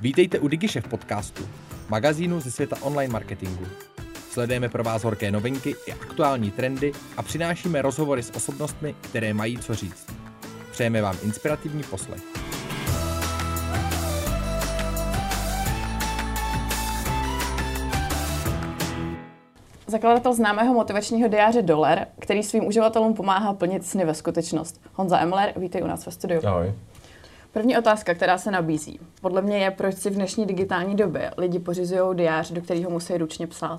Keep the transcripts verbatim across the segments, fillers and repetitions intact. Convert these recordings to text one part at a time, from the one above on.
Vítejte u DigiShef podcastu, magazínu ze světa online marketingu. Sledujeme pro vás horké novinky i aktuální trendy a přinášíme rozhovory s osobnostmi, které mají co říct. Přejeme vám inspirativní poslech. Zakladatel známého motivačního diáře Doler, který svým uživatelům pomáhá plnit sny ve skutečnost. Honza Emler, vítej u nás ve studiu. Ahoj. První otázka, která se nabízí. Podle mě je, proč si v dnešní digitální době lidi pořizují diář, do kterého musí ručně psát?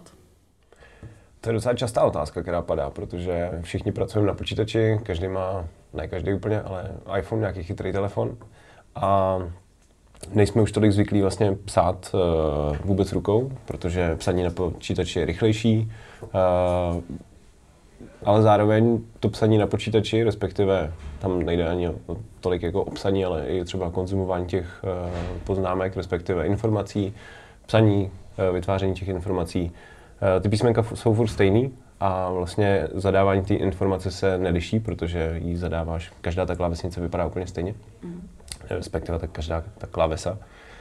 To je docela častá otázka, která padá, protože všichni pracujeme na počítači, každý má, ne každý úplně, ale iPhone, nějaký chytrý telefon. A nejsme už tolik zvyklí vlastně psát uh, vůbec rukou, protože psaní na počítači je rychlejší, uh, ale zároveň to psaní na počítači, respektive tam nejde ani o tolik jako o psaní, ale i třeba konzumování těch uh, poznámek, respektive informací, psaní, uh, vytváření těch informací. Uh, ty písmenka jsou furt stejný a vlastně zadávání té informace se neliší, protože ji zadáváš, každá ta klávesnice vypadá úplně stejně. Mm. Respektive tak každá ta klávesa.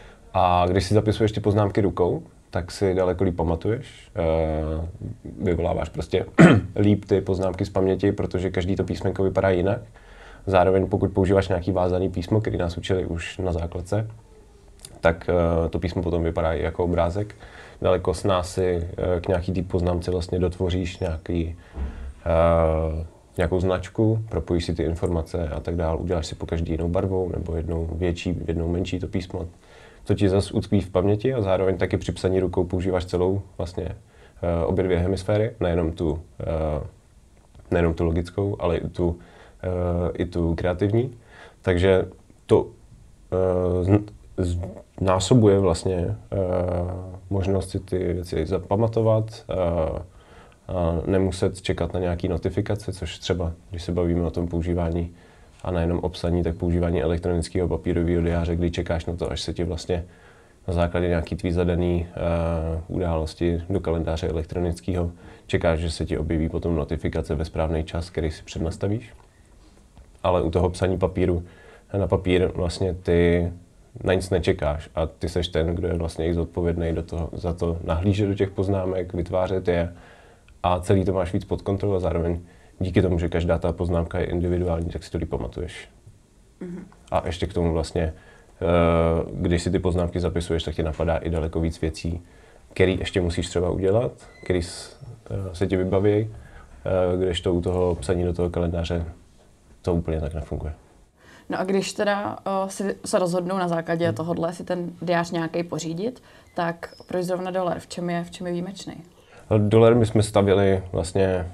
A když si zapisuješ ty poznámky rukou, tak si daleko líp pamatuješ. Uh, vyvoláváš prostě líp ty poznámky z paměti, protože každý to písmenko vypadá jinak. Zároveň pokud používáš nějaký vázaný písmo, který nás učili už na základce, tak uh, to písmo potom vypadá i jako obrázek. Daleko snáz si uh, k nějaký té poznámce vlastně dotvoříš nějaký uh, nějakou značku, propojíš si ty informace a tak dále, uděláš si po každý jinou barvou nebo jednou větší, jednou menší to písmo, co ti zase utkví v paměti a zároveň taky při psaní rukou používáš celou vlastně uh, obě dvě hemisféry, nejenom tu, uh, nejenom tu logickou, ale i tu, uh, i tu kreativní. Takže to uh, z, násobuje vlastně uh, možnost si ty věci zapamatovat, uh, a nemuset čekat na nějaký notifikace, což třeba, když se bavíme o tom používání a nejenom o psaní, tak používání elektronického papírového diáře, kdy čekáš na to, až se ti vlastně na základě nějaký tvý zadaný uh, události do kalendáře elektronického čekáš, že se ti objeví potom notifikace ve správný čas, který si přednastavíš. Ale u toho psaní papíru na papír vlastně ty na nic nečekáš a ty seš ten, kdo je vlastně i zodpovědný do toho, za to nahlížet do těch poznámek, vytvářet je. A celý to máš víc pod kontrolou a zároveň díky tomu, že každá ta poznámka je individuální, tak si to líp pamatuješ. Mm-hmm. A ještě k tomu vlastně, když si ty poznámky zapisuješ, tak ti napadá i daleko víc věcí, které ještě musíš třeba udělat, které se ti vybaví, když to u toho psaní do toho kalendáře to úplně tak nefunguje. No a když teda uh, si se rozhodnou na základě hmm. tohohle si ten diář nějaký pořídit, tak proč zrovna Doler? V čem je, v čem je výjimečný? Doler my jsme stavěli vlastně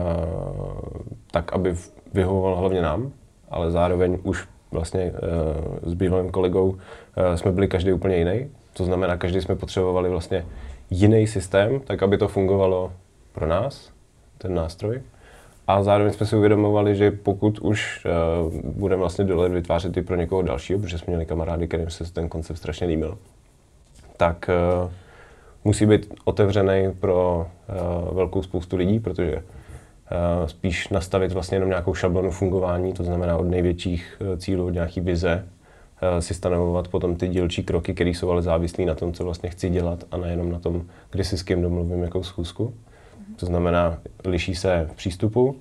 uh, tak, aby vyhovoval hlavně nám, ale zároveň už vlastně uh, s bývalým kolegou uh, jsme byli každý úplně jiný. To znamená, každý jsme potřebovali vlastně jiný systém, tak aby to fungovalo pro nás, ten nástroj. A zároveň jsme si uvědomovali, že pokud už uh, budeme vlastně Doler vytvářet i pro někoho dalšího, protože jsme měli kamarády, kterým se ten koncept strašně líbil, tak uh, musí být otevřený pro uh, velkou spoustu lidí, protože uh, spíš nastavit vlastně jenom nějakou šablonu fungování, to znamená od největších uh, cílů, od nějaký vize, uh, si stanovovat potom ty dílčí kroky, které jsou ale závislí na tom, co vlastně chci dělat a nejenom na tom, kdy si s kým domluvím jakou schůzku. To znamená, liší se v přístupu, uh,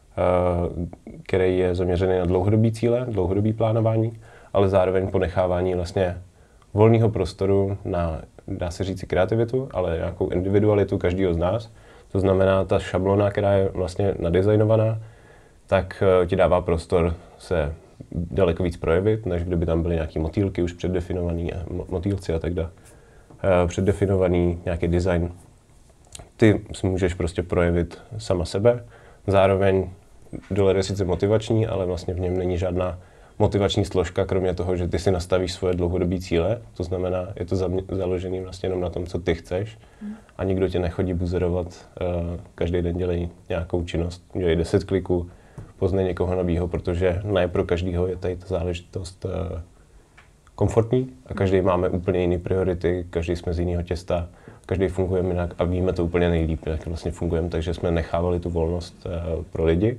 který je zaměřený na dlouhodobý cíle, dlouhodobý plánování, ale zároveň ponechávání vlastně volného prostoru na, dá se říct, kreativitu, ale nějakou individualitu každého z nás. To znamená, ta šablona, která je vlastně nadizajnovaná, tak uh, ti dává prostor se daleko víc projevit, než kdyby tam byly nějaké motýlky už předdefinovaný, motýlci a tak dále. Uh, předdefinovaný nějaký design. Ty si můžeš prostě projevit sama sebe. Zároveň Doler je sice motivační, ale vlastně v něm není žádná motivační složka, kromě toho, že ty si nastavíš svoje dlouhodobé cíle. To znamená, je to založené vlastně jenom na tom, co ty chceš. A nikdo tě nechodí buzerovat. Uh, každý den dělej nějakou činnost, dělej deset kliků, poznej někoho novýho, protože ne pro každého je tady ta záležitost uh, komfortní a každý máme úplně jiné priority, každý jsme z jiného těsta, každý fungujeme jinak a víme to úplně nejlíp, jak vlastně fungujeme, takže jsme nechávali tu volnost uh, pro lidi.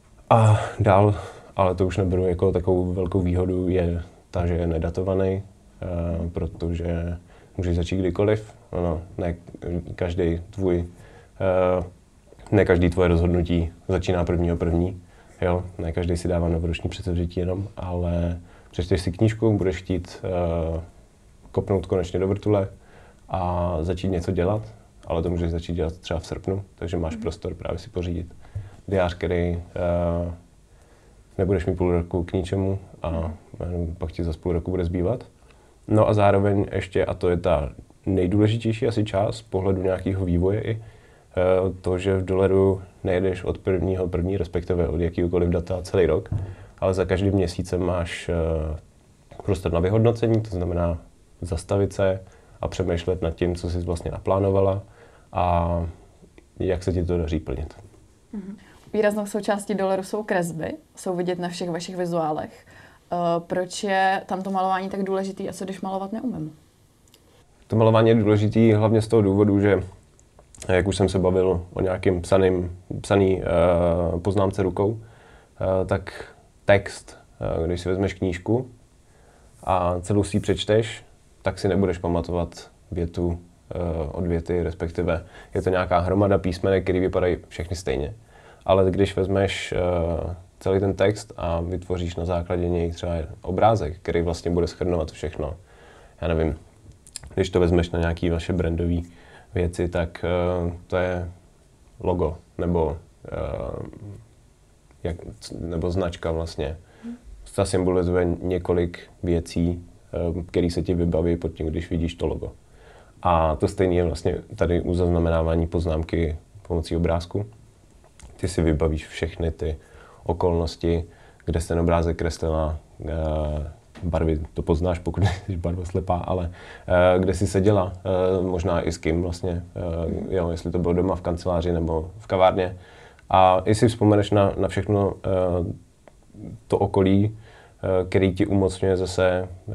A dál, ale to už neberu jako takovou velkou výhodu, je ta, že je nedatovaný. uh, protože můžeš začít kdykoliv, no, ne každý tvůj, uh, ne každý tvoje rozhodnutí začíná prvního první, jo, ne každý si dává novoroční předsevzetí jenom, ale přečteš si knížku, budeš chtít uh, kopnout konečně do vrtule a začít něco dělat, ale to můžeš začít dělat třeba v srpnu, takže máš mm. prostor právě si pořídit diář, který uh, nebudeš mít půl roku k ničemu a mm. pak ti za půl roku bude zbývat. No a zároveň ještě, a to je ta nejdůležitější asi část z pohledu nějakého vývoje, i uh, to, že v dolaru nejedeš od prvního první, respektive od jakýkoliv data celý rok, ale za každým měsícem máš uh, prostor na vyhodnocení, to znamená zastavit se a přemýšlet nad tím, co jsi vlastně naplánovala a jak se ti to daří plnit. Mm-hmm. Výraznou součástí dolaru jsou kresby, jsou vidět na všech vašich vizuálech. Uh, proč je tam to malování tak důležitý a co když malovat neumím? To malování je důležitý hlavně z toho důvodu, že jak už jsem se bavil o nějakým psaným, psaný uh, poznámce rukou, uh, tak text, uh, když si vezmeš knížku a celou si ji přečteš, tak si nebudeš pamatovat větu uh, od věty, respektive je to nějaká hromada písmenek, které vypadají všechny stejně. Ale když vezmeš uh, celý ten text a vytvoříš na základě něj třeba obrázek, který vlastně bude shrnovat všechno, já nevím, když to vezmeš na nějaké vaše brandové věci, tak uh, to je logo nebo, uh, jak, nebo značka vlastně. To symbolizuje několik věcí, který se ti vybaví pod tím, když vidíš to logo. A to stejné je vlastně tady u zaznamenávání poznámky pomocí obrázku. Ty si vybavíš všechny ty okolnosti, kde se ten obrázek kreslila, barvy to poznáš, pokud jsi barvoslepá, ale kde jsi seděla, možná i s kým vlastně, jo, jestli to bylo doma v kanceláři nebo v kavárně. A i si vzpomeneš na, na všechno to okolí, který ti umocňuje zase uh,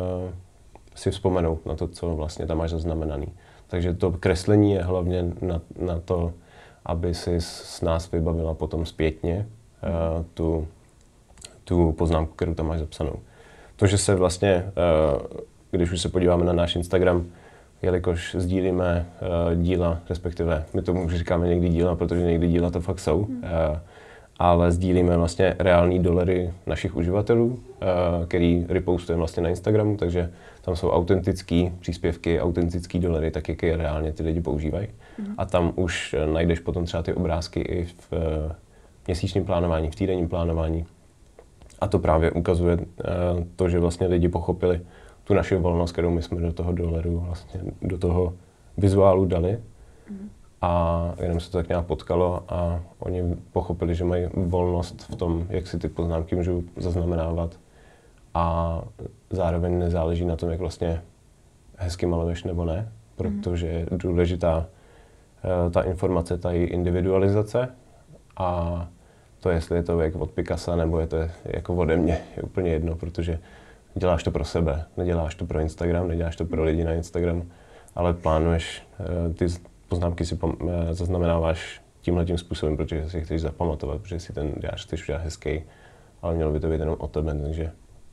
si vzpomenout na to, co vlastně tam máš zaznamenaný. Takže to kreslení je hlavně na, na to, aby si s nás vybavila potom zpětně uh, tu, tu poznámku, kterou tam máš zapsanou. To, že se vlastně, uh, když už se podíváme na náš Instagram, jelikož sdílíme uh, díla, respektive my tomu už říkáme někdy díla, protože někdy díla to fakt jsou, uh, ale sdílíme vlastně reální dolary našich uživatelů, uh, který repostujeme vlastně na Instagramu, takže tam jsou autentické příspěvky, autentické dolary, tak jak je reálně ty lidi používají. Mm. A tam už najdeš potom třeba ty obrázky i v uh, měsíčním plánování, v týdenním plánování. A to právě ukazuje uh, to, že vlastně lidi pochopili tu naši volnost, kterou my jsme do toho dolaru, vlastně do toho vizuálu dali. Mm. A jenom se to tak nějak potkalo a oni pochopili, že mají volnost v tom, jak si ty poznámky můžou zaznamenávat. A zároveň nezáleží na tom, jak vlastně hezky maluješ nebo ne, protože je důležitá ta informace, ta její individualizace a to, jestli je to jak od Picassa nebo je to jako ode mě, je úplně jedno, protože děláš to pro sebe, neděláš to pro Instagram, neděláš to pro lidi na Instagram, ale plánuješ ty poznámky si zaznamenáváš tímhletím způsobem, protože si chceš zapamatovat, protože si ten diář chceš udělat hezký, ale mělo by to být jenom o tebe, takže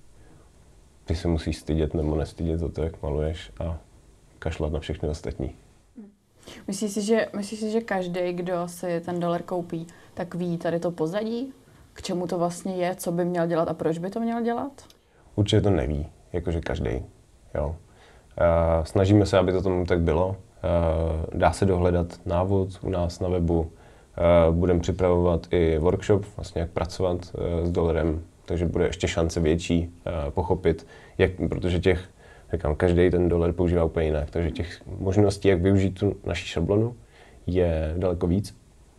ty se musíš stydět nebo nestydět za to, jak maluješ a kašlat na všechny ostatní. Myslíš si, že, myslíš si, že každý, kdo si ten dolar koupí, tak ví tady to pozadí? K čemu to vlastně je, co by měl dělat a proč by to měl dělat? Určitě to neví, jakože každý. Jo. Uh, snažíme se, aby to tomu tak bylo. Uh, dá se dohledat návod u nás na webu. Uh, budeme připravovat i workshop, vlastně jak pracovat uh, s dolarem, takže bude ještě šance větší uh, pochopit, jak, protože těch, říkám, každý ten dolar používá úplně jinak, takže těch možností, jak využít tu naši šablonu, je daleko víc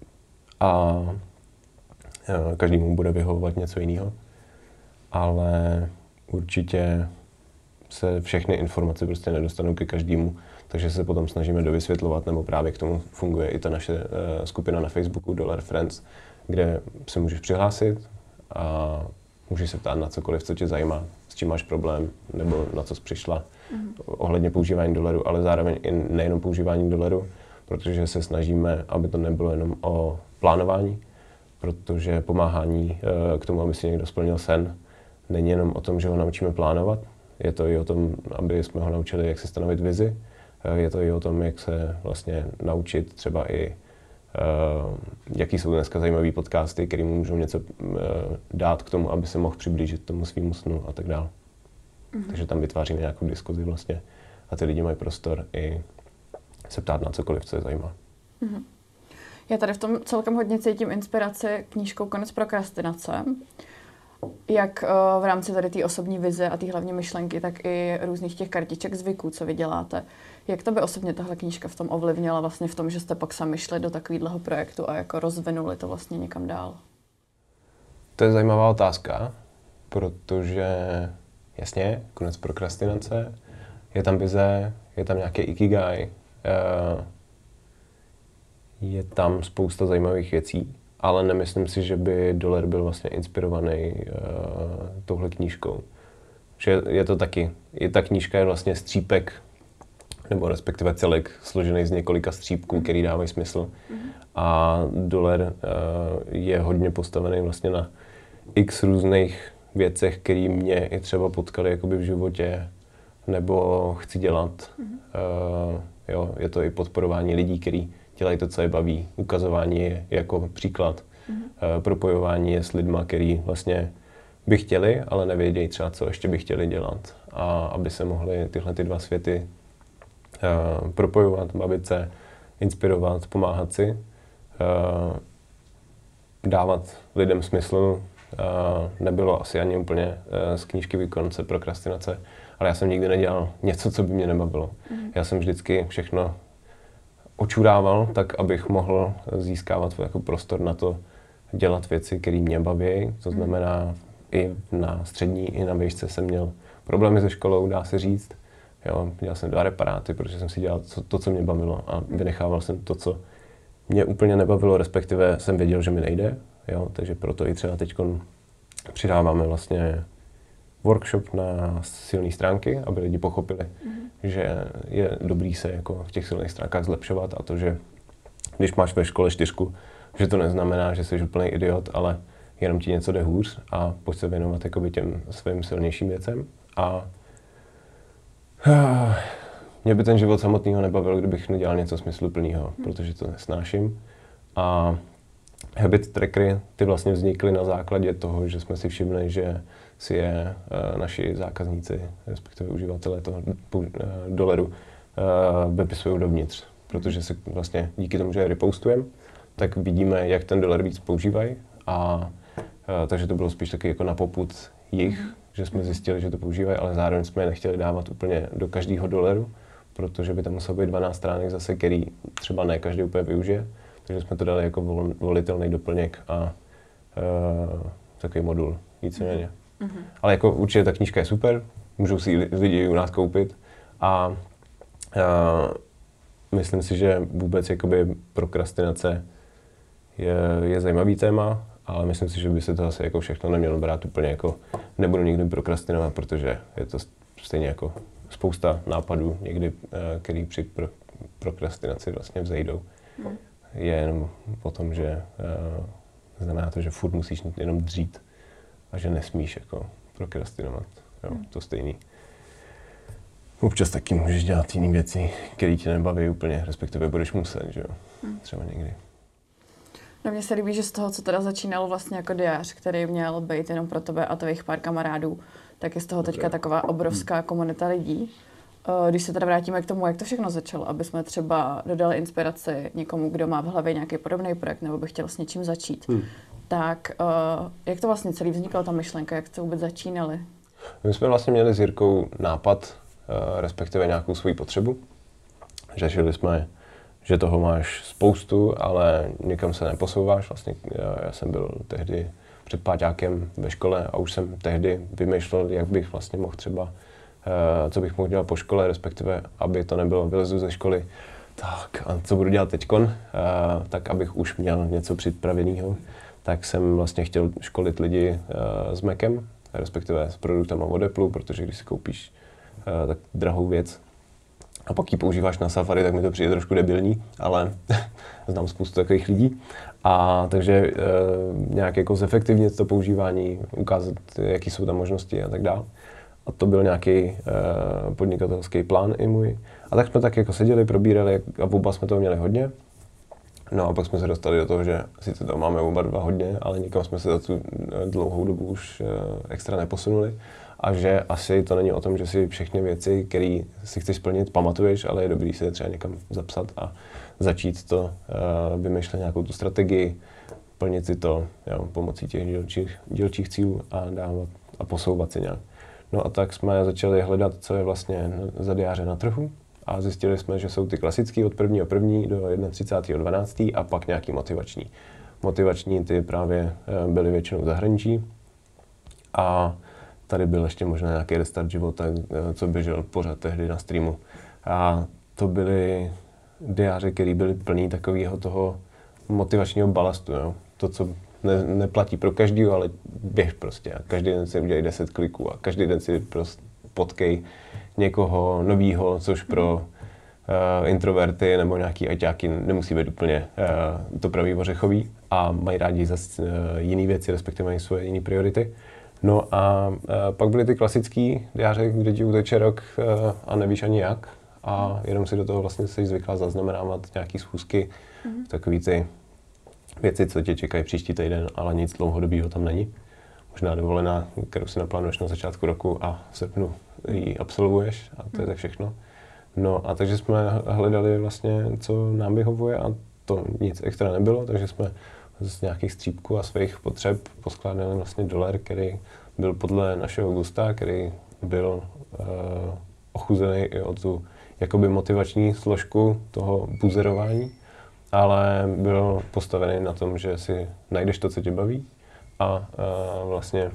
a uh, každému bude vyhovovat něco jiného, ale určitě se všechny informace prostě nedostanou ke každému, takže se potom snažíme dovysvětlovat, nebo právě k tomu funguje i ta naše uh, skupina na Facebooku Dollar Friends, kde se můžeš přihlásit a můžeš se ptát na cokoliv, co tě zajímá, s čím máš problém, nebo na co jsi přišla mm-hmm. ohledně používání dolaru, ale zároveň i nejenom používání dolaru, protože se snažíme, aby to nebylo jenom o plánování, protože pomáhání uh, k tomu, aby si někdo splnil sen, není jenom o tom, že ho naučíme plánovat, je to i o tom, aby jsme ho naučili, jak se stanovit vizi. Je to i o tom, jak se vlastně naučit třeba i, uh, jaký jsou dneska zajímavé podcasty, které mu můžou něco uh, dát k tomu, aby se mohl přiblížit tomu svýmu snu a tak dále. Mm-hmm. Takže tam vytváříme nějakou diskuzi vlastně a ty lidi mají prostor i se ptát na cokoliv, co je zajímá. Mm-hmm. Já tady v tom celkem hodně cítím inspiraci knížkou Konec prokrastinace. Jak uh, v rámci tady té osobní vize a té hlavně myšlenky, tak i různých těch kartiček zvyků, co vy děláte. Jak to by osobně tahle knížka v tom ovlivnila vlastně v tom, že jste pak sami šli do takového projektu a jako rozvinuli to vlastně někam dál? To je zajímavá otázka, protože jasně, konec prokrastinace, je tam vize, je tam nějaký ikigai, je tam spousta zajímavých věcí, ale nemyslím si, že by Doller byl vlastně inspirovaný uh, touhle knížkou. Že je to taky, i ta knížka je vlastně střípek, nebo respektive celek složený z několika střípků, který dávají smysl. Mm-hmm. A Doller uh, je hodně postavený vlastně na x různých věcech, které mě i třeba potkaly jakoby v životě, nebo chci dělat. Mm-hmm. Uh, jo, je to i podporování lidí, kteří dělají to, co je baví. Ukazování je jako příklad. Mm-hmm. Uh, propojování je s lidma, který vlastně by chtěli, ale nevědějí třeba, co ještě by chtěli dělat. A aby se mohly tyhle ty dva světy uh, propojovat, bavit se, inspirovat, pomáhat si, uh, dávat lidem smysl, uh, nebylo asi ani úplně uh, z knížky Konce prokrastinace, ale já jsem nikdy nedělal něco, co by mě nebavilo. Mm-hmm. Já jsem vždycky všechno očurával tak, abych mohl získávat jako prostor na to dělat věci, které mě baví. To znamená, i na střední, i na výšce jsem měl problémy se školou, dá se říct. Jo, dělal jsem dva reparáty, protože jsem si dělal to, co mě bavilo a vynechával jsem to, co mě úplně nebavilo, respektive jsem věděl, že mi nejde. Jo, takže proto i třeba teď přidáváme vlastně workshop na silné stránky, aby lidi pochopili, mm-hmm. že je dobrý se jako v těch silných stránkách zlepšovat a to, že když máš ve škole čtyřku, že to neznamená, že jsi úplný idiot, ale jenom ti něco jde hůř a pojď se věnovat jakoby těm svým silnějším věcem. A mě by ten život samotného nebavil, kdybych nedělal něco smysluplného, protože to nesnáším. A habit trackery, ty vlastně vznikly na základě toho, že jsme si všimli, že si je uh, naši zákazníci, respektive uživatelé toho uh, Dolleru, uh, vypisují dovnitř. Protože se vlastně díky tomu, že je repostujeme, tak vidíme, jak ten Dollar víc používají. A uh, takže to bylo spíš taky jako na popud jich, mm. že jsme zjistili, že to používají, ale zároveň jsme je nechtěli dávat úplně do každého Dollaru, protože by tam muselo být dvanáct stránek zase, který třeba ne každý úplně využije. Takže jsme to dali jako vol, volitelný doplněk a uh, takový modul, víceméně. Mm-hmm. Ale jako určitě ta knížka je super, můžou si lidi u nás koupit a uh, myslím si, že vůbec jakoby prokrastinace je, je zajímavý téma, ale myslím si, že by se to asi jako všechno nemělo brát úplně jako nebudu nikdy prokrastinovat, protože je to stejně jako spousta nápadů někdy, uh, který při pro, prokrastinaci vlastně vzejdou. Mm. Je jenom o tom, že uh, znamená to, že furt musíš jenom dřít a že nesmíš jako prokrastinovat. Jo, hmm. To stejný. Občas taky můžeš dělat jiné věci, které tě nebaví úplně, respektive budeš muset, že jo, hmm. třeba někdy. No mně se líbí, že z toho, co teda začínalo vlastně jako diář, který měl být jenom pro tebe a tvých pár kamarádů, tak je z toho teďka taková obrovská hmm. komunita lidí. Když se teda vrátíme k tomu, jak to všechno začalo, aby jsme třeba dodali inspiraci někomu, kdo má v hlavě nějaký podobný projekt nebo by chtěl s něčím začít, hmm. tak uh, jak to vlastně celý vznikla ta myšlenka, jak to vůbec začínali? My jsme vlastně měli s Jirkou nápad, uh, respektive nějakou svoji potřebu. Řešili jsme, že toho máš spoustu, ale nikam se neposouváš. Vlastně já, já jsem byl tehdy před páťákem ve škole a už jsem tehdy vymýšlel, jak bych vlastně mohl třeba Uh, co bych mohl dělat po škole, respektive, aby to nebylo vylezu ze školy, tak a co budu dělat teďkon, uh, tak abych už měl něco připraveného, tak jsem vlastně chtěl školit lidi uh, s Macem, respektive s produktama od Apple, protože když si koupíš uh, tak drahou věc a pak ji používáš na Safari, tak mi to přijde trošku debilní, ale znám spoustu takových lidí. A takže uh, nějak jako zefektivnit to používání, ukázat, jaký jsou tam možnosti a tak dále. a to byl nějaký uh, podnikatelský plán i můj. A tak jsme tak jako seděli, probírali a oba jsme toho měli hodně. No a pak jsme se dostali do toho, že sice to máme oba dva hodně, ale nikam jsme se za tu dlouhou dobu už uh, extra neposunuli. A že asi to není o tom, že si všechny věci, které si chceš splnit, pamatuješ, ale je dobrý si je třeba někam zapsat a začít to uh, vymýšlet nějakou tu strategii, plnit si to jo, pomocí těch dílčích, dílčích cílů a dávat a posouvat si nějak. No a tak jsme začali hledat, co je vlastně za diáře na trhu a zjistili jsme, že jsou ty klasický od prvního prvního do třicátého prvního dvanáctého a pak nějaký motivační. Motivační ty právě byly většinou v zahraničí a tady byl ještě možná nějaký restart života, co běžel pořád tehdy na streamu. A to byly diáře, které byly plný takového toho motivačního balastu. Jo. To, co ne, neplatí pro každýho, ale běž prostě. A každý den si udělej deset kliků a každý den si prostě potkej někoho novýho, což pro uh, introverty nebo nějaký ajťáky nemusí být úplně uh, to pravý ořechový a mají rádi zase uh, jiné věci, respektive mají svoje jiné priority. No a uh, pak byly ty klasický diáře, kde ti uteče rok uh, a nevíš ani jak a jenom si do toho vlastně jsi zvyklá zaznamenávat nějaký schůzky, mm-hmm. takový ty věci, co tě čekají příští týden, ale nic dlouhodobého tam není. Možná dovolená, kterou si naplánuješ na začátku roku a v srpnu ji absolvuješ a to je tak všechno. No a takže jsme hledali vlastně, co nám vyhovuje a to nic extra nebylo, takže jsme z nějakých střípků a svých potřeb poskládali vlastně dolar, který byl podle našeho gusta, který byl uh, ochuzený i o tu jakoby motivační složku toho buzerování, ale byl postavený na tom, že si najdeš to, co tě baví a uh, vlastně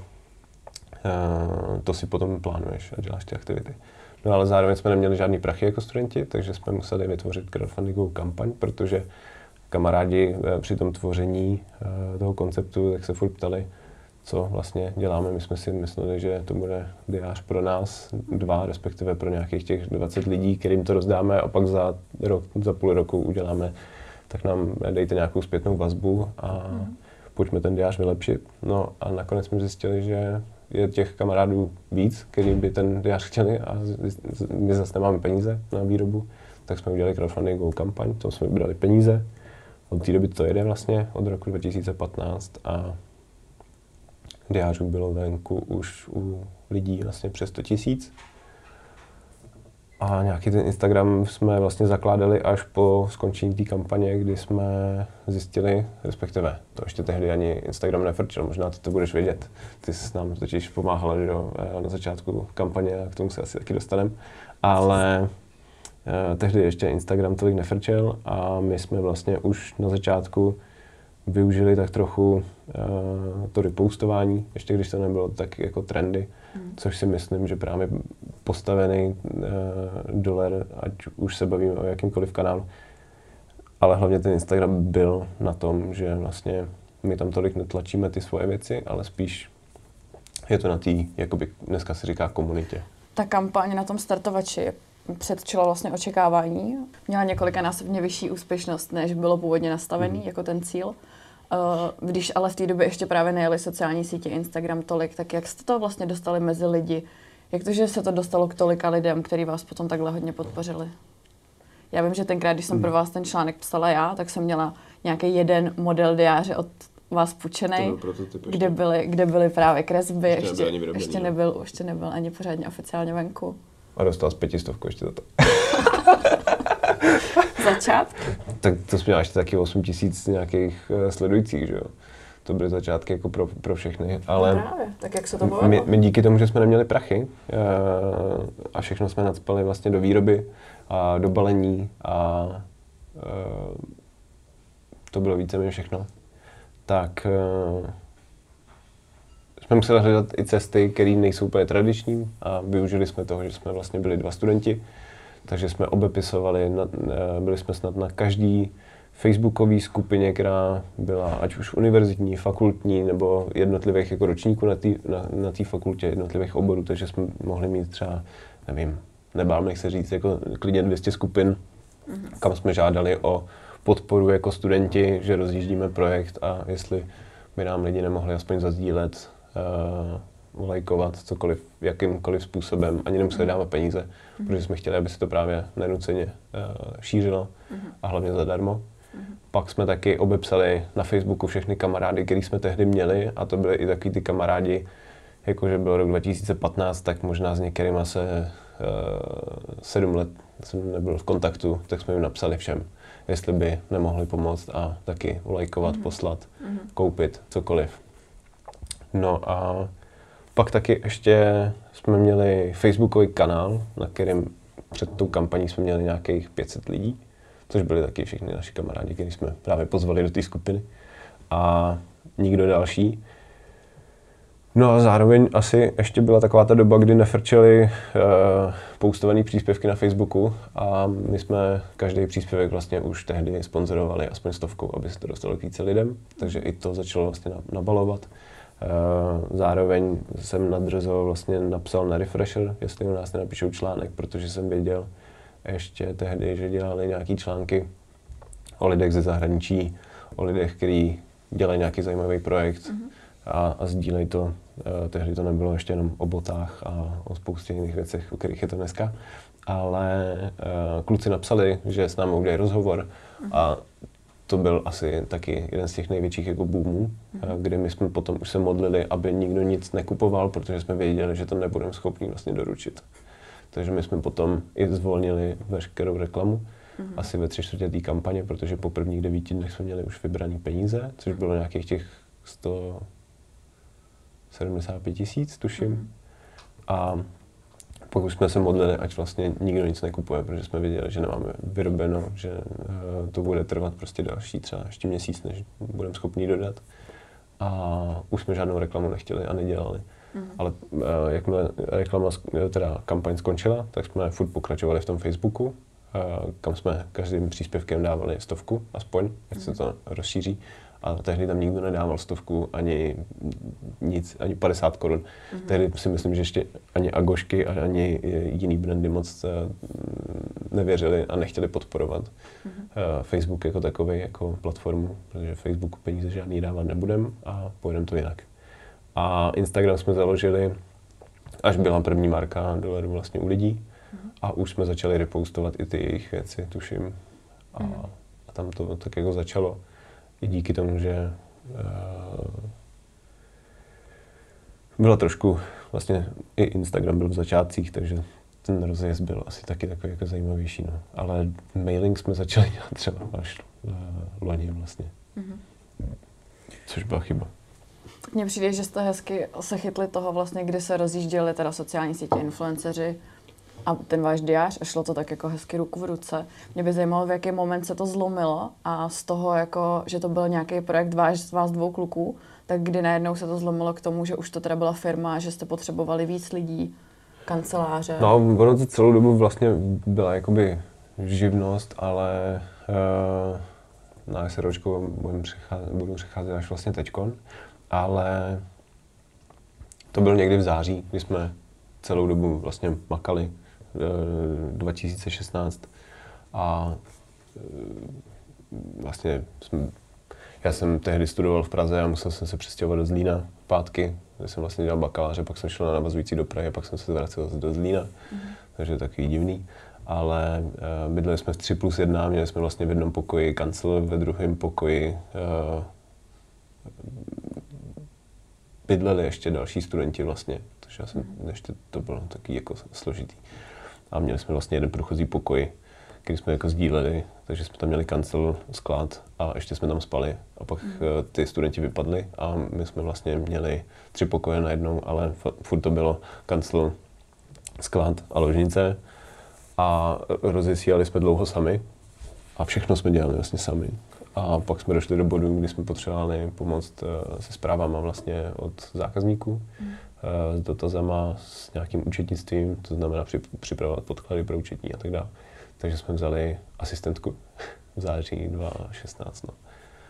uh, to si potom plánuješ a děláš ty aktivity. No ale zároveň jsme neměli žádný prachy jako studenti, takže jsme museli vytvořit crowdfundingovou kampaň, protože kamarádi uh, při tom tvoření uh, toho konceptu tak se furt ptali, co vlastně děláme. My jsme si mysleli, že to bude diář pro nás dva, respektive pro nějakých těch dvacet lidí, kterým to rozdáme a pak za rok, za půl roku uděláme, tak nám dejte nějakou zpětnou vazbu a mm. pojďme ten diář vylepšit. No a nakonec jsme zjistili, že je těch kamarádů víc, kteří by ten diář chtěli a my zase nemáme peníze na výrobu, tak jsme udělali crowdfundingovou kampaň, to jsme vybrali peníze. Od té doby to jede vlastně, od roku dva tisíce patnáct a diářů bylo venku už u lidí vlastně přes sto tisíc. A nějaký ten Instagram jsme vlastně zakládali až po skončení té kampaně, kdy jsme zjistili, respektive to ještě tehdy ani Instagram nefrčil, možná ty to budeš vědět. Ty jsi nám totiž pomáhala, že jo, na začátku kampaně a k tomu se asi taky dostaneme. Ale eh, tehdy ještě Instagram tolik nefrčil a my jsme vlastně už na začátku využili tak trochu uh, to repostování, ještě když to nebylo tak jako trendy, hmm. což si myslím, že právě postavený uh, dolar, ať už se bavíme o jakýmkoliv kanálu, ale hlavně ten Instagram byl na tom, že vlastně my tam tolik netlačíme ty svoje věci, ale spíš je to na té, jakoby dneska se říká, komunitě. Ta kampaň na tom startovači předčila vlastně očekávání. Měla několikanásobně vyšší úspěšnost, než bylo původně nastavený mm. jako ten cíl. Uh, když ale v té době ještě právě nejeli sociální sítě Instagram tolik, tak jak jste to vlastně dostali mezi lidi? Jak to, že se to dostalo k tolika lidem, kteří vás potom takhle hodně podpořili? Já vím, že tenkrát, když jsem mm. pro vás ten článek psala já, tak jsem měla nějaký jeden model diáře od vás půjčenej, kde byly, kde byly právě kresby, ještě, ještě, nebyl, vyrobený, ještě, nebyl, ještě nebyl ani pořádně oficiálně venku. A dostal z pětistovku ještě za to. Začátky? Tak to jsme měli ještě taky osm tisíc nějakých uh, sledujících, že jo. To byly začátky jako pro, pro všechny, ale no právě, tak jak se to povedlo? My, my díky tomu, že jsme neměli prachy uh, a všechno jsme nacpali vlastně do výroby a do balení a uh, to bylo víceméně všechno, tak uh, jsme museli hledat i cesty, které nejsou úplně tradiční a využili jsme toho, že jsme vlastně byli dva studenti, takže jsme obepisovali, byli jsme snad na každý facebookové skupině, která byla ať už univerzitní, fakultní nebo jednotlivých jako ročníků na té na, na té fakultě, jednotlivých oborů, takže jsme mohli mít třeba, nevím, nebáme se říct, jako klidně dvě stě skupin, mm-hmm. kam jsme žádali o podporu jako studenti, že rozjíždíme projekt a jestli by nám lidi nemohli aspoň zazdílet uh, lajkovat cokoliv, jakýmkoliv způsobem, ani nemuseli dávat peníze, mm. protože jsme chtěli, aby se to právě nenuceně uh, šířilo mm. a hlavně zadarmo. Mm. Pak jsme taky obepsali na Facebooku všechny kamarády, který jsme tehdy měli, a to byly i takový ty kamarádi, jakože byl rok dva tisíce patnáct, tak možná s některýma se uh, sedm let jsem nebyl v kontaktu, tak jsme jim napsali všem, jestli by nemohli pomoct a taky ulajkovat, mm. poslat, mm. koupit, cokoliv. No a pak taky ještě jsme měli facebookový kanál, na kterém před tou kampaní jsme měli nějakých pět set lidí, což byli taky všichni naši kamarádi, který jsme právě pozvali do té skupiny a nikdo další. No a zároveň asi ještě byla taková ta doba, kdy nefrčely uh, postované příspěvky na Facebooku a my jsme každý příspěvek vlastně už tehdy sponzorovali aspoň stovkou, aby se to dostalo k více lidem, takže i to začalo vlastně nabalovat. Uh, zároveň jsem nadrzo vlastně napsal na Refresher, jestli u nás nenapíšou článek, protože jsem věděl ještě tehdy, že dělali nějaký články o lidech ze zahraničí, o lidech, kteří dělají nějaký zajímavý projekt mm-hmm. a, a sdílejí to. Uh, tehdy to nebylo ještě jenom o botách a o spoustě jiných věcech, o kterých je to dneska. Ale uh, kluci napsali, že s námi udělají rozhovor mm-hmm. a to byl asi taky jeden z těch největších jako boomů, mm-hmm. kdy my jsme potom už se modlili, aby nikdo nic nekupoval, protože jsme věděli, že to nebudeme schopni vlastně doručit. Takže my jsme potom i zvolnili veškerou reklamu, mm-hmm. asi ve tři čtvrtě té kampaně, protože po prvních devíti dnech jsme měli už vybraný peníze, což bylo nějakých těch sto sedmdesát pět tisíc, tuším. Mm-hmm. A pak už jsme se modlili, ať vlastně nikdo nic nekupuje, protože jsme věděli, že nemáme vyrobeno, že uh, to bude trvat prostě další třeba ještě měsíc, než budeme schopni dodat. A už jsme žádnou reklamu nechtěli a nedělali. Mm. Ale uh, jakmile reklama, teda kampaň skončila, tak jsme furt pokračovali v tom Facebooku, uh, kam jsme každým příspěvkem dávali stovku, aspoň, jak mm. se to rozšíří. A tehdy tam nikdo nedával stovku, ani nic, ani padesát korun. Mm-hmm. Tehdy si myslím, že ještě ani Agošky a ani jiný brandy moc nevěřili a nechtěli podporovat mm-hmm. Facebook jako takový, jako platformu, protože Facebooku peníze žádný dávat nebudem a pojedeme to jinak. A Instagram jsme založili, až byla první marka dolarů vlastně u lidí mm-hmm. a už jsme začali repostovat i ty jejich věci, tuším. A, mm-hmm. a tam to tak jako začalo. I díky tomu, že uh, byla trošku, vlastně i Instagram byl v začátcích, takže ten rozjezd byl asi taky takový jako zajímavější, no. Ale mailing jsme začali dělat třeba až uh, loni vlastně, mm-hmm. což byla chyba. Mně přijde, že jste hezky se chytli toho vlastně, kdy se rozjížděli teda sociální sítě, influenceři a ten váš diář a šlo to tak jako hezky ruku v ruce. Mě by zajímalo, v jaký moment se to zlomilo a z toho, jako, že to byl nějaký projekt váš, z vás dvou kluků, tak kdy najednou se to zlomilo k tomu, že už to teda byla firma, že jste potřebovali víc lidí, kanceláře. No, ono to celou dobu vlastně byla jakoby živnost, ale uh, na SROčku budu přecházet, budu přecházet až vlastně teďkon, ale to bylo někdy v září, kdy jsme celou dobu vlastně makali, dva tisíce šestnáct a vlastně jsme, já jsem tehdy studoval v Praze a musel jsem se přestěhovat do Zlína pátky, kde jsem vlastně dělal bakaláře, pak jsem šel na navazující do Prahy a pak jsem se vracel do Zlína, mm. takže je takový divný. Ale uh, bydleli jsme v tři plus jedna, měli jsme vlastně v jednom pokoji kancel, ve druhém pokoji uh, bydleli ještě další studenti vlastně, takže já jsem, mm. ještě to bylo taky jako složitý. A měli jsme vlastně jeden průchozí pokoj, který jsme jako sdíleli, takže jsme tam měli kancel, sklad a ještě jsme tam spali. A pak mm. ty studenti vypadli a my jsme vlastně měli tři pokoje najednou, ale furt to bylo kancel, sklad a ložnice. A rozesílali jsme dlouho sami a všechno jsme dělali vlastně sami. A pak jsme došli do bodu, kdy jsme potřebovali pomoct se zprávama vlastně od zákazníků, mm. s dotazama, s nějakým účetnictvím, to znamená připravovat podklady pro účetní a tak dále. Takže jsme vzali asistentku v září dva tisíce šestnáct. No.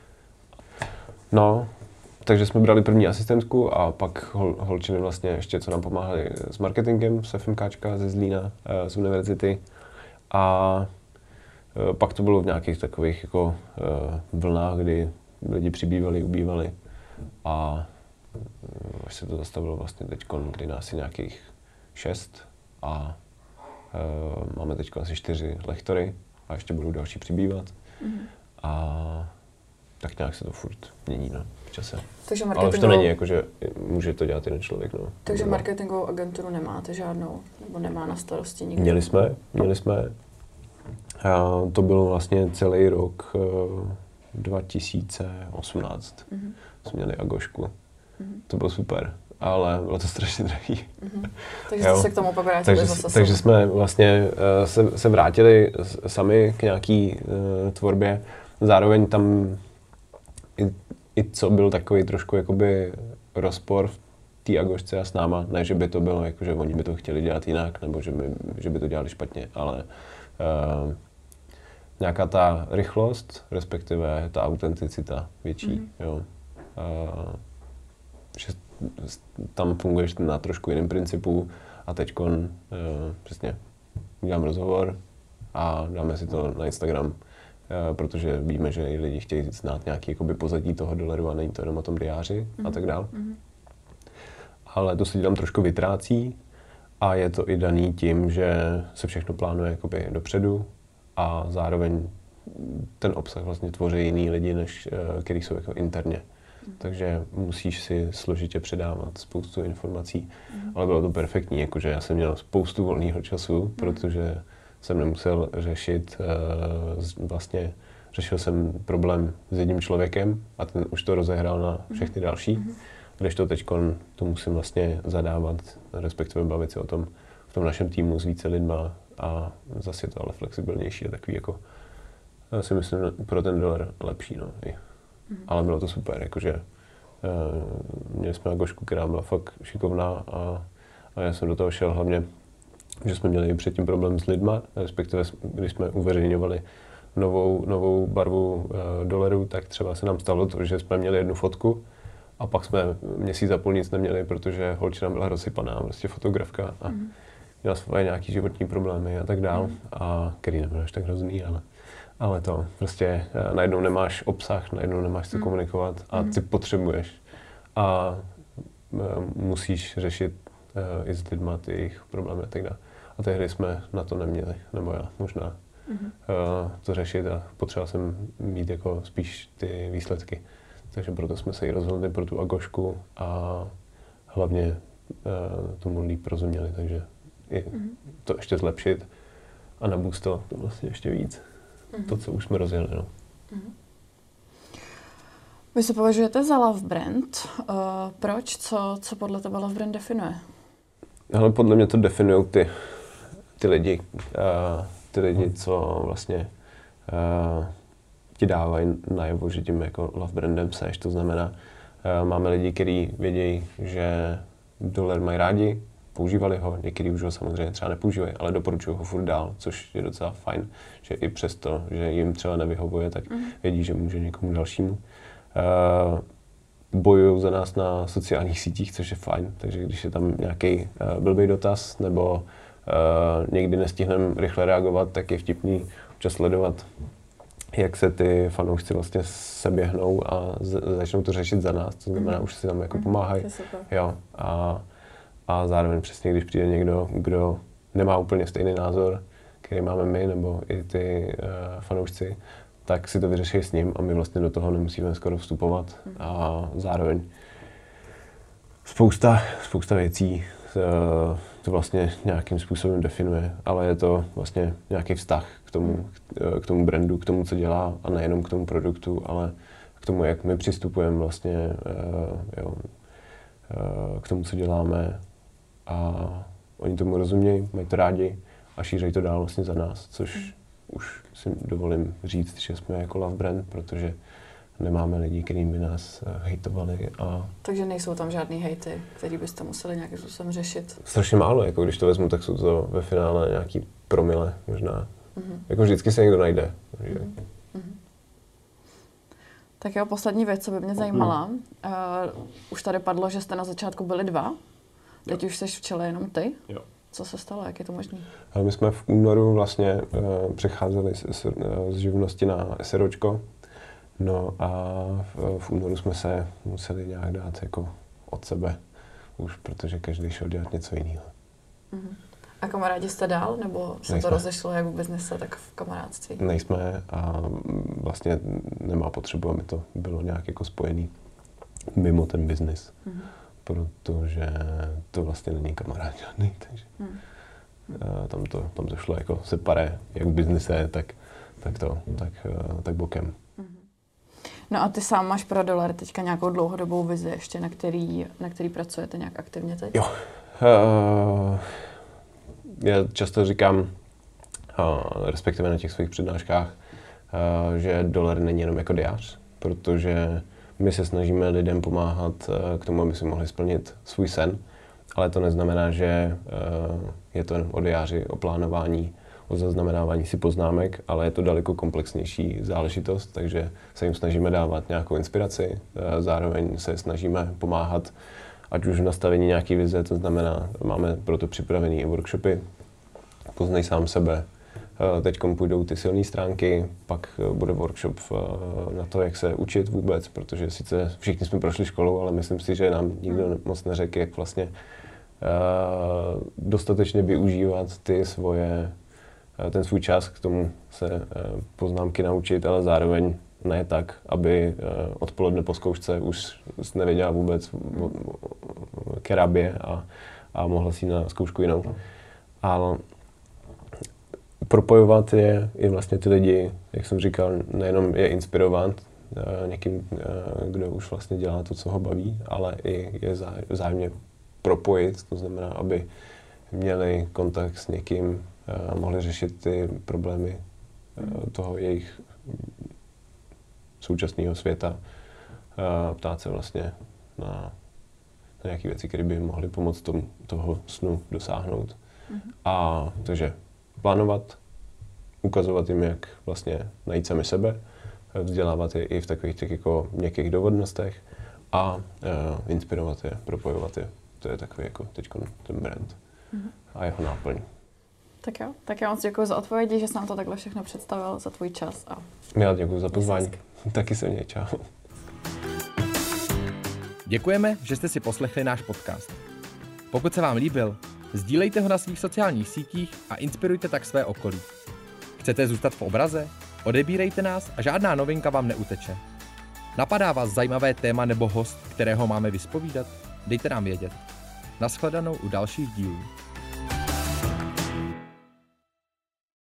no, takže jsme brali první asistentku a pak hol, holčiny vlastně ještě, co nám pomáhali s marketingem, s FMKčka ze Zlína, z univerzity. A pak to bylo v nějakých takových jako vlnách, kdy lidi přibývali, ubývali. A až se to zastavilo vlastně teď, kdy nás je nějakých šest a uh, máme teď asi čtyři lektory a ještě budou další přibývat. Mm-hmm. A tak nějak se to furt mění, no, v čase. Takže marketingovou... Ale už to není jako, že může to dělat jeden člověk, no. Takže marketingovou agenturu nemáte žádnou, nebo nemá na starosti nikdo? Měli jsme, měli jsme. A to bylo vlastně celý rok uh, dva tisíce osmnáct. Mm-hmm. Jsme měli Agošku. Mm-hmm. To bylo super, ale bylo to strašně drahý. Mm-hmm. Takže jste se k tomu povrátili takže, zase. Takže jsme vlastně uh, se, se vrátili sami k nějaký uh, tvorbě. Zároveň tam i, i co byl takový trošku jakoby rozpor v té Agošce a s náma. Ne, že by to bylo jako, že oni by to chtěli dělat jinak, nebo že by, že by to dělali špatně, ale uh, nějaká ta rychlost, respektive ta autenticita větší, mm. jo. Uh, že tam funguješ na trošku jiném principu a teďkon uh, přesně udělám rozhovor a dáme si to na Instagram, uh, protože víme, že i lidi chtějí znát nějaký jakoby pozadí toho dolaru a není to jenom o tom diáři mm. a tak dál. Mm. Ale to se tam trošku vytrácí a je to i daný tím, že se všechno plánuje jakoby dopředu a zároveň ten obsah vlastně tvoří jiný lidi, než který jsou jako interně. Mm. Takže musíš si složitě předávat spoustu informací, mm. ale bylo to perfektní, jakože já jsem měl spoustu volného času, mm. protože jsem nemusel řešit, vlastně řešil jsem problém s jedním člověkem a ten už to rozehrál na všechny další. Mm. Kdežto teďkon to musím vlastně zadávat, respektive bavit se o tom v tom našem týmu s více lidma a zase je to ale flexibilnější a takový jako, já si myslím, pro ten dolar lepší, no. Mm. Ale bylo to super, jakože uh, měli jsme Agošku, která byla fakt šikovná a, a já jsem do toho šel hlavně, že jsme měli předtím problém s lidma, respektive když jsme uveřejňovali novou, novou barvu uh, dolarů, tak třeba se nám stalo to, že jsme měli jednu fotku, a pak jsme měsíc a půl nic neměli, protože holčina byla rozsypaná, prostě fotografka a mm. měla svoje nějaký životní problémy a tak dál, mm. a který nebyl až tak hrozný, ale, ale to prostě najednou nemáš obsah, najednou nemáš co mm. komunikovat a ty potřebuješ a musíš řešit uh, i s lidma ty jejich problémy a tak dále. A tehdy jsme na to neměli, nebo já možná mm. uh, to řešit a potřeboval jsem mít jako spíš ty výsledky. Takže proto jsme se i rozhodli pro tu Agošku a hlavně uh, tomu líp rozuměli, takže i mm. to ještě zlepšit a naboostovat to vlastně ještě víc. Mm. To, co už jsme rozjeli. No. Mm. Vy se považujete za love brand. Uh, proč? Co, co podle tebe love brand definuje? Ale podle mě to definují ty, ty lidi, uh, ty lidi, co vlastně uh, ti dávají najevo, že tím jako love brandem seš. To znamená, uh, máme lidi, kteří vědějí, že dolar mají rádi, používali ho, někteří už ho samozřejmě třeba nepoužívají, ale doporučují ho furt dál, což je docela fajn, že i přesto, že jim třeba nevyhovuje, tak mm. vědí, že může někomu dalšímu. Uh, bojují za nás na sociálních sítích, což je fajn, takže když je tam nějaký uh, blbý dotaz nebo uh, někdy nestihneme rychle reagovat, tak je vtipný občas sledovat, jak se ty fanoušci vlastně seběhnou a z- začnou to řešit za nás, to znamená, mm. už si tam jako pomáhají. Jo, a, a zároveň přesně, když přijde někdo, kdo nemá úplně stejný názor, který máme my, nebo i ty uh, fanoušci, tak si to vyřeší s ním a my vlastně do toho nemusíme skoro vstupovat. Mm. A zároveň spousta, spousta věcí uh, to vlastně nějakým způsobem definuje, ale je to vlastně nějaký vztah k tomu, k tomu brandu, k tomu, co dělá a nejenom k tomu produktu, ale k tomu, jak my přistupujeme vlastně uh, jo, uh, k tomu, co děláme a oni tomu rozumějí, mají to rádi a šíří to dál vlastně za nás, což mm. už si dovolím říct, že jsme jako love brand, protože nemáme lidi, kteří by nás hejtovali. A takže nejsou tam žádný hejty, který byste museli nějakým způsobem řešit? Strašně málo, jako když to vezmu, tak jsou to ve finále nějaký promile možná. Mm-hmm. Jako vždycky se někdo najde. Takže... Mm-hmm. Tak jo, poslední věc, co by mě zajímala. Mm. Uh, už tady padlo, že jste na začátku byli dva, teď jo. už jsi v čele jenom ty. Jo. Co se stalo, jak je to možné? My jsme v únoru vlastně uh, přecházeli z, z, z živnosti na SROčko. No a v, v únoru jsme se museli nějak dát jako od sebe už, protože každý šel dělat něco jiného. Uh-huh. A kamarádi jste dál, nebo se Nejsme. to rozešlo jak v biznise, tak v kamarádství? Nejsme a vlastně nemá potřebu, aby to bylo nějak jako spojený mimo ten biznis, uh-huh. protože to vlastně není kamarád žádný, takže uh-huh. tam, to, tam to šlo jako separé, jak v biznise, tak, tak to, tak, tak bokem. No a ty sám máš pro Dolar teďka nějakou dlouhodobou vizi ještě, na který, na který pracujete nějak aktivně teď? Jo. Uh, já často říkám, uh, respektive na těch svých přednáškách, uh, že Dolar není jenom jako diář, protože my se snažíme lidem pomáhat uh, k tomu, aby si mohli splnit svůj sen, ale to neznamená, že uh, je to jenom o diáři, o plánování, o zaznamenávání si poznámek, ale je to daleko komplexnější záležitost, takže se jim snažíme dávat nějakou inspiraci, zároveň se snažíme pomáhat, ať už v nastavení nějaké vize, to znamená, máme proto připravený workshopy, poznej sám sebe, teď půjdou ty silné stránky, pak bude workshop na to, jak se učit vůbec, protože sice všichni jsme prošli školou, ale myslím si, že nám nikdo moc neřekl, jak vlastně dostatečně využívat ty svoje ten svůj čas k tomu se poznámky naučit, ale zároveň ne tak, aby odpoledne po zkoušce už nevěděla vůbec o kerabě a, a mohla si na zkoušku jinou. Ale propojovat je i vlastně ty lidi, jak jsem říkal, nejenom je inspirovat někým, kdo už vlastně dělá to, co ho baví, ale i je vzájemně propojit, to znamená, aby měli kontakt s někým, a mohli řešit ty problémy toho jejich současného světa. A ptát se vlastně na, na nějaké věci, které by jim mohly pomoct tomu, toho snu dosáhnout. Mm-hmm. A takže plánovat, ukazovat jim, jak vlastně najít sami sebe, vzdělávat je i v takových těch jako měkkých dovednostech a uh, inspirovat je, propojovat je. To je takový jako teď ten brand mm-hmm. a jeho náplň. Tak jo, tak já moc děkuji za odpovědi, že jsi nám to takhle všechno představil, za tvůj čas. A já děkuji za pozvání. Taky se měj, čau. Děkujeme, že jste si poslechli náš podcast. Pokud se vám líbil, sdílejte ho na svých sociálních sítích a inspirujte tak své okolí. Chcete zůstat v obraze? Odebírejte nás a žádná novinka vám neuteče. Napadá vás zajímavé téma nebo host, kterého máme vyspovídat? Dejte nám vědět. Nashledanou u dalších dílů.